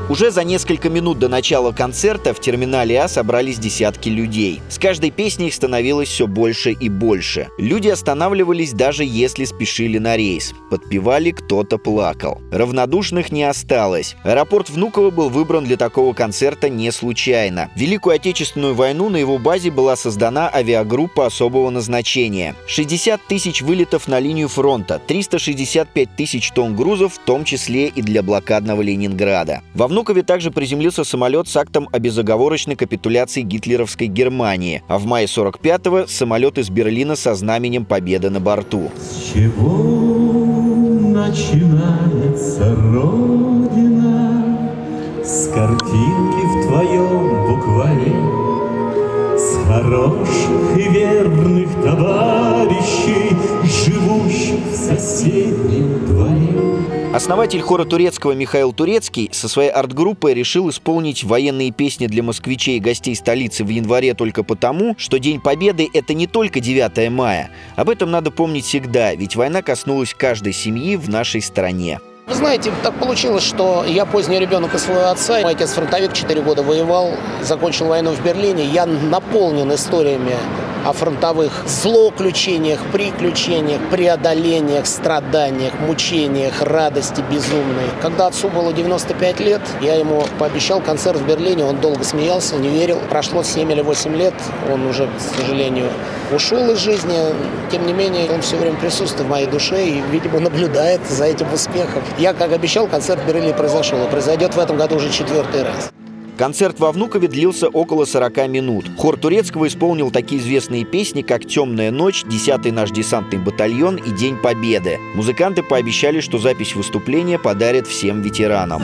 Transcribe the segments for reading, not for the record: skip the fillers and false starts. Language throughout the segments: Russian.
Уже за несколько минут до начала концерта в терминале А собрались десятки людей. С каждой песней их становилось все больше и больше. Люди останавливались, даже если спешили на рейс. Подпевали, кто-то плакал. Равнодушных не осталось. Аэропорт Внуково был выбран для такого концерта не случайно. В Великую Отечественную войну на его базе была создана авиагруппа особого назначения. 60 тысяч вылетов на линию фронта, 365 тысяч тонн грузов, в том числе и для блокадного Ленинграда. Во Внукове также приземлился самолет с актом о безоговорочной капитуляции гитлеровской Германии, а в мае 45-го самолет из Берлина со знаменем победы на борту. С чего начинается Родина? С картинки в твоем букваре, с хороших и верных товарищей, живущих в соседнем дворе. Основатель хора турецкого Михаил Турецкий со своей арт-группой решил исполнить военные песни для москвичей и гостей столицы в январе только потому, что День Победы — это не только 9 мая. Об этом надо помнить всегда, ведь война коснулась каждой семьи в нашей стране. Вы знаете, так получилось, что я поздний ребенок из своего отца. Мой отец фронтовик, 4 года воевал, закончил войну в Берлине. Я наполнен историями о фронтовых злоключениях, приключениях, преодолениях, страданиях, мучениях, радости безумной. Когда отцу было 95 лет, я ему пообещал концерт в Берлине. Он долго смеялся, не верил. Прошло 7 или 8 лет, он уже, к сожалению, ушел из жизни. Тем не менее, он все время присутствует в моей душе и, видимо, наблюдает за этим успехом. Я, как обещал, концерт в Берлине произошел. И произойдет в этом году уже 4-й раз. Концерт во Внукове длился около 40 минут. Хор Турецкого исполнил такие известные песни, как «Темная ночь», «10-й наш десантный батальон» и «День Победы». Музыканты пообещали, что запись выступления подарят всем ветеранам.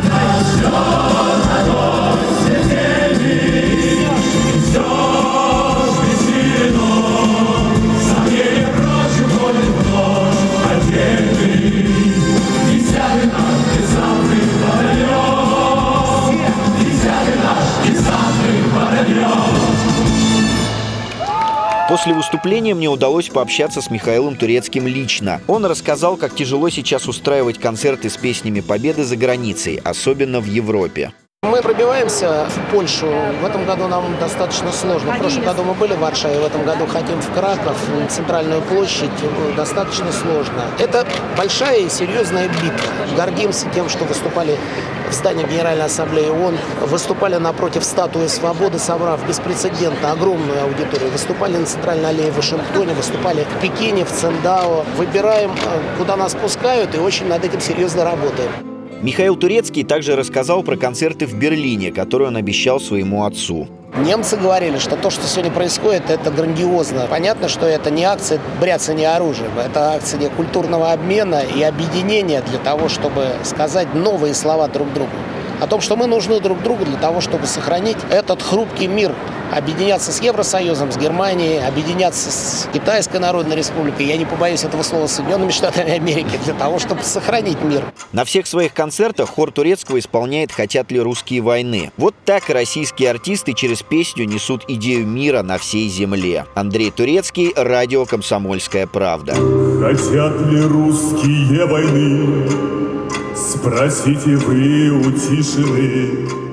После выступления мне удалось пообщаться с Михаилом Турецким лично. Он рассказал, как тяжело сейчас устраивать концерты с песнями Победы за границей, особенно в Европе. Мы пробиваемся в Польшу. В этом году нам достаточно сложно. В прошлом году мы были в Варшаве, в этом году хотим в Краков, на центральную площадь. Достаточно сложно. Это большая и серьезная битва. Гордимся тем, что выступали в здании Генеральной Ассамблеи ООН, выступали напротив статуи Свободы, собрав беспрецедентно огромную аудиторию. Выступали на Центральной аллее в Вашингтоне, выступали в Пекине, в Циндао. Выбираем, куда нас пускают, и очень над этим серьезно работаем. Михаил Турецкий также рассказал про концерты в Берлине, которые он обещал своему отцу. Немцы говорили, что то, что сегодня происходит, это грандиозно. Понятно, что это не акция бряцания оружием, это акция культурного обмена и объединения для того, чтобы сказать новые слова друг другу. О том, что мы нужны друг другу для того, чтобы сохранить этот хрупкий мир. Объединяться с Евросоюзом, с Германией, объединяться с Китайской Народной Республикой, я не побоюсь этого слова, Соединенными Штатами Америки, для того, чтобы сохранить мир. На всех своих концертах хор Турецкого исполняет «Хотят ли русские войны?». Вот так российские артисты через песню несут идею мира на всей земле. Андрей Турецкий, радио «Комсомольская правда». Хотят ли русские войны? Спросите вы у тишины.